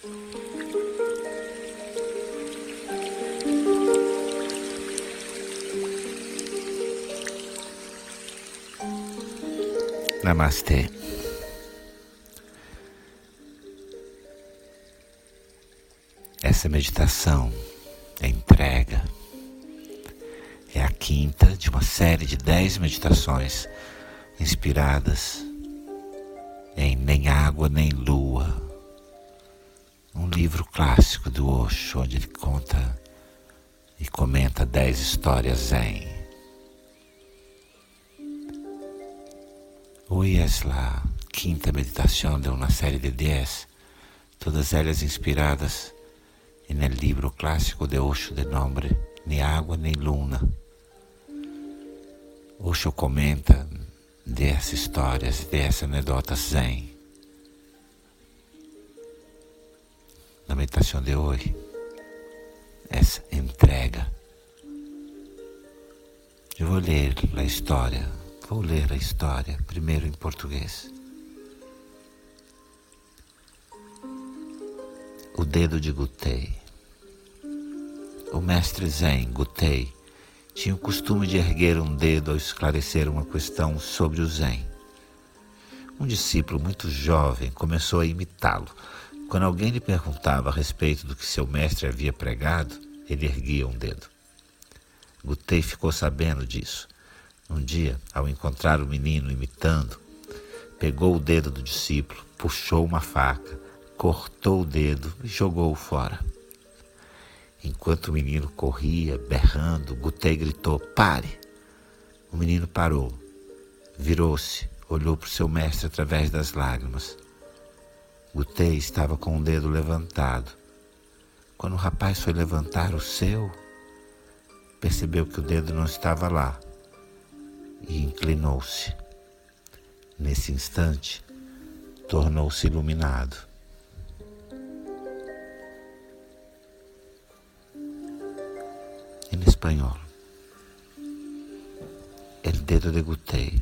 Namastê. Essa meditação é entrega. É a quinta de uma série de 10 meditações inspiradas em Nem Água Nem Lua, um livro clássico do Osho, onde ele conta e comenta 10 histórias zen. Hoy es la quinta meditación de una serie de 10, todas ellas inspiradas en el libro clásico de Osho de nombre Ni Água Nem Luna. Osho comenta de essas histórias, de essas anedotas zen. Na meditação de hoje, essa entrega. Eu vou ler a história. Vou ler a história, primeiro em português. O dedo de Gutei. O mestre Zen, Gutei, tinha o costume de erguer um dedo ao esclarecer uma questão sobre o Zen. Um discípulo muito jovem começou a imitá-lo. Quando alguém lhe perguntava a respeito do que seu mestre havia pregado, ele erguia um dedo. Gutei ficou sabendo disso. Um dia, ao encontrar o menino imitando, pegou o dedo do discípulo, puxou uma faca, cortou o dedo e jogou-o fora. Enquanto o menino corria, berrando, Gutei gritou: "Pare!" O menino parou, virou-se, olhou para o seu mestre através das lágrimas. Gutei estava com o dedo levantado. Quando o rapaz foi levantar o seu, percebeu que o dedo não estava lá e inclinou-se. Nesse instante, tornou-se iluminado. Em espanhol, el dedo de Gutei.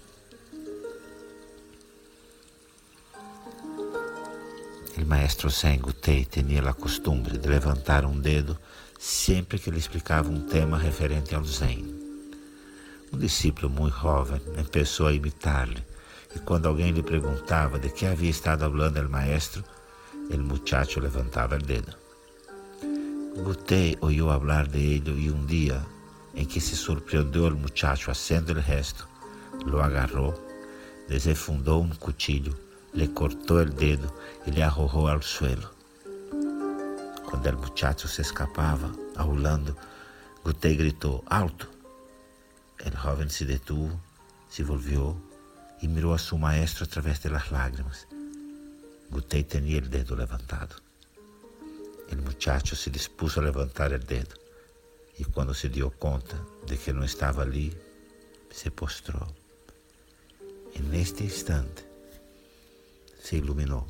El maestro Zen Gutei tinha a costumbre de levantar um dedo sempre que ele explicava um tema referente ao Zen. Um discípulo muito jovem começou a imitar-lhe, e quando alguém lhe perguntava de que havia estado falando o maestro, o muchacho levantava o dedo. Gutei ouviu falar de ele e um dia, em que se surpreendeu o muchacho haciendo el gesto, lo agarrou, desenfundou um cuchillo, le cortou o dedo e le arrojou ao suelo. Quando o muchacho se escapava, aulando, Gutei gritou: "Alto!" El joven se detuvo, se volvió y miró a su maestro a través de las lágrimas. Gutei tenía el dedo levantado. El muchacho se dispuso a levantar el dedo y cuando se dio cuenta de que no estaba allí, se postró. En este instante, se iluminó.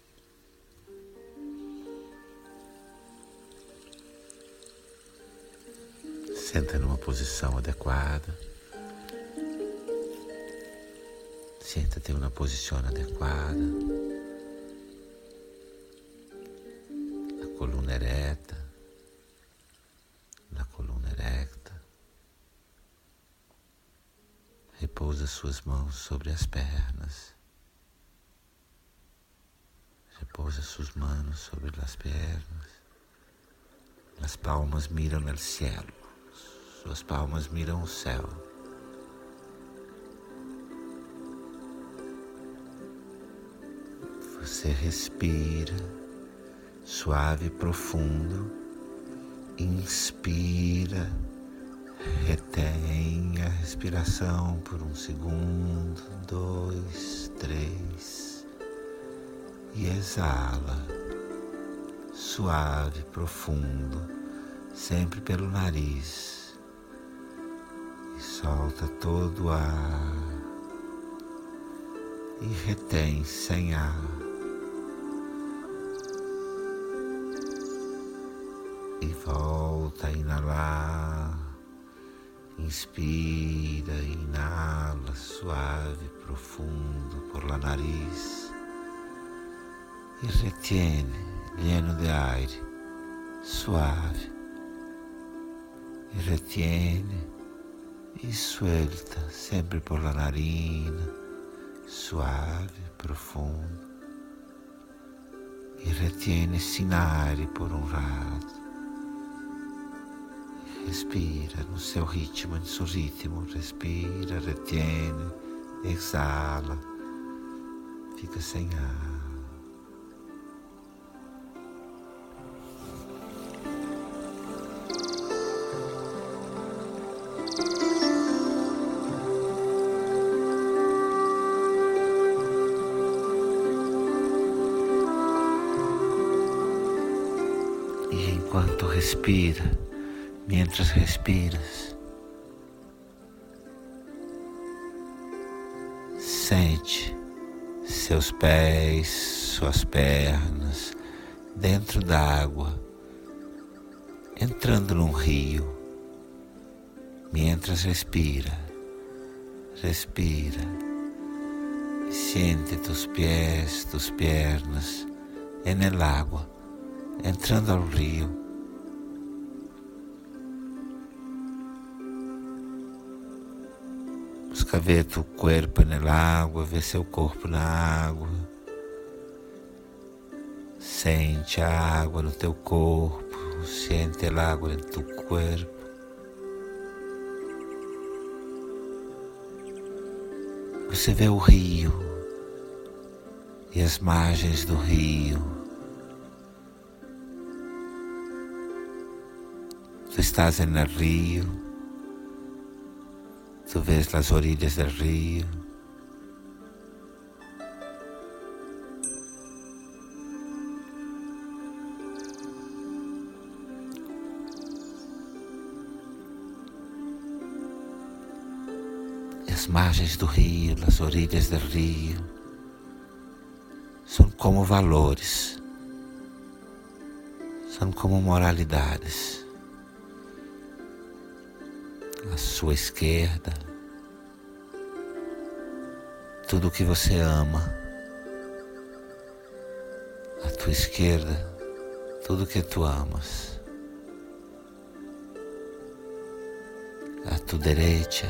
Senta numa posição adequada. Senta-te em uma posição adequada. A coluna ereta. Na coluna erecta. Repousa suas mãos sobre as pernas. Repousa suas manos sobre as pernas. As palmas miram no cielo. Suas palmas miram o céu. Você respira suave e profundo. Inspira, retém a respiração por 1 segundo, 2, 3 e exala, suave, profundo, sempre pelo nariz. Solta todo o ar e retém sem ar. E volta a inalar. Inspira, inala suave, profundo por la nariz. E retiene lleno de aire, suave, y retiene y suelta sempre por la narina, suave, profundo, y retiene sin aire por um rato. Respira no seu ritmo, no seu ritmo, respira, retiene, exala, fica sem ar. E enquanto respira, mientras respiras, sente seus pés, suas pernas dentro da água, entrando num rio. Mientras respira, respira e siente tus pies, tus piernas en el agua, entrando ao rio. Busca ver tu cuerpo na água, ver seu corpo na água. Sente a água no teu corpo, sente a água no teu corpo. Você vê o rio e as margens do rio. Tu estás no rio, tu vês as orilhas do rio. As margens do rio, as orilhas do rio, são como valores, são como moralidades. À sua esquerda, tudo que você ama. À tua esquerda, tudo que tu amas. À tua direita,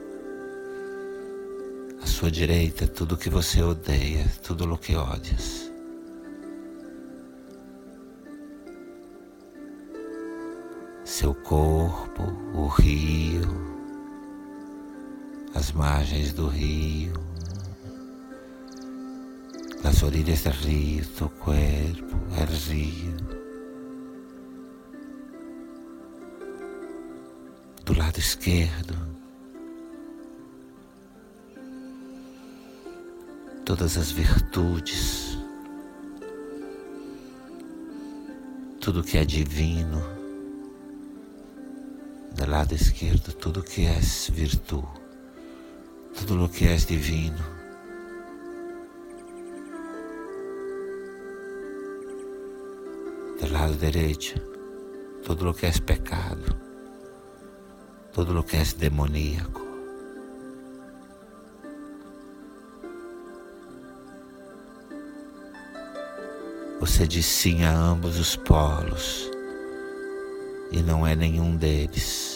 à sua direita, tudo que você odeia, tudo o que odias. Seu corpo, o rio, as margens do rio, as orilhas do rio, teu corpo, o rio. Do lado esquerdo, todas as virtudes, tudo que é divino. Do lado esquerdo, tudo que é virtude, tudo o que é divino. Do lado direito, tudo o que é pecado, tudo o que é demoníaco. Você diz sim a ambos os polos e não é nenhum deles.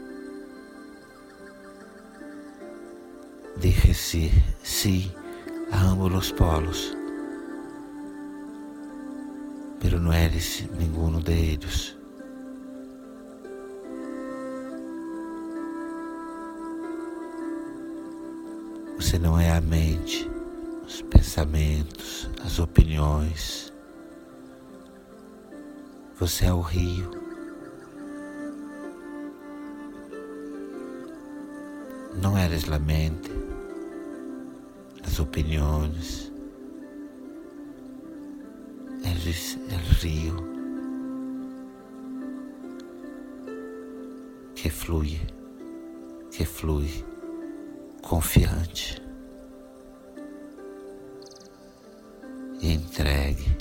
Dije sí a ambos os polos, pero não eres nenhum deles. Você não é a mente, os pensamentos, as opiniões. Você é o rio. Não eres a mente, as opiniões. Eres o rio que flui confiante e entregue.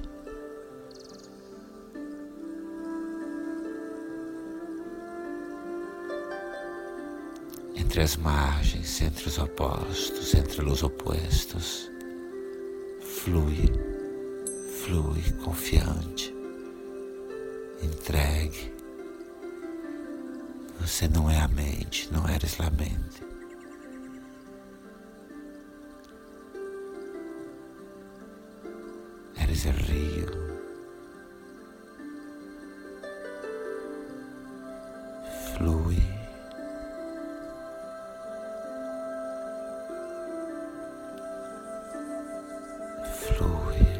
Entre as margens, entre os opostos, entre os opostos, flui Flui confiante, entregue. Você não é a mente, não eres a mente. Eres o rio. Flui. Flui.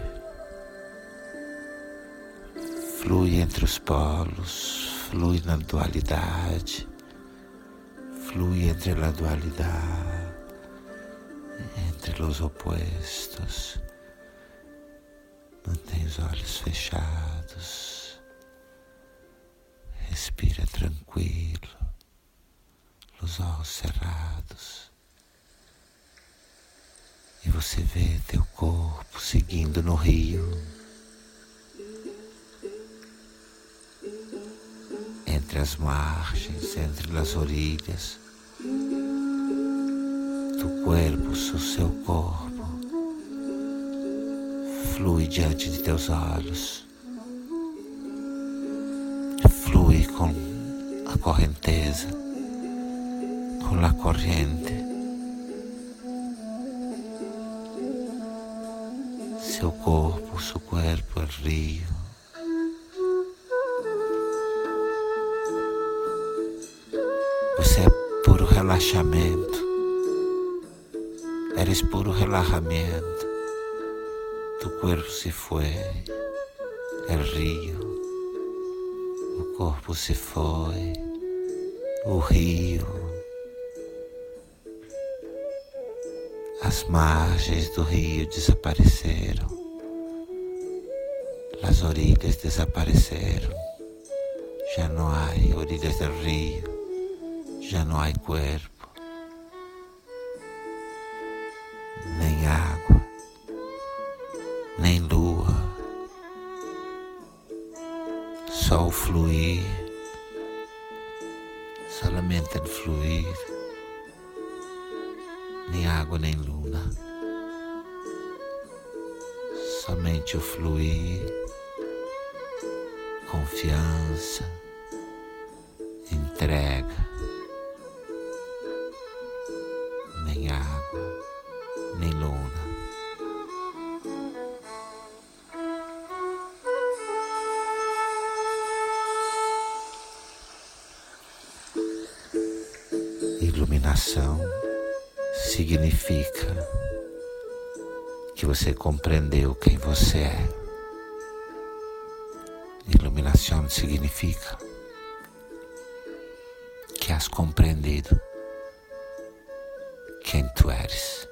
Flui entre os polos, flui na dualidade, flui entre a dualidade, entre os opostos. Mantém os olhos fechados, respira tranquilo, os olhos cerrados. E você vê teu corpo seguindo no rio, entre as margens, entre as orilhas, do corpo, o seu corpo flui diante de teus olhos, flui com a correnteza, com a corrente. Seu corpo é rio. Você é puro relaxamento. Eres puro relaxamento. Tu corpo se foi, é rio. O corpo se foi, o rio. As margens do rio desapareceram. As orilhas desapareceram. Já não há orilhas do rio. Já não há corpo, nem água, nem lua, só o fluir, solamente o fluir, nem água nem luna, somente o fluir, confiança, entrega. Nem água, nem luna. Iluminação significa que você compreendeu quem você é. Iluminação significa que has compreendido quem tu eres.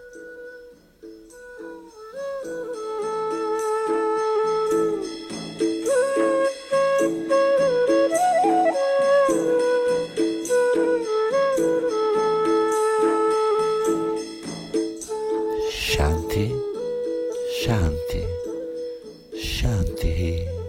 Shanti, Shanti, Shanti.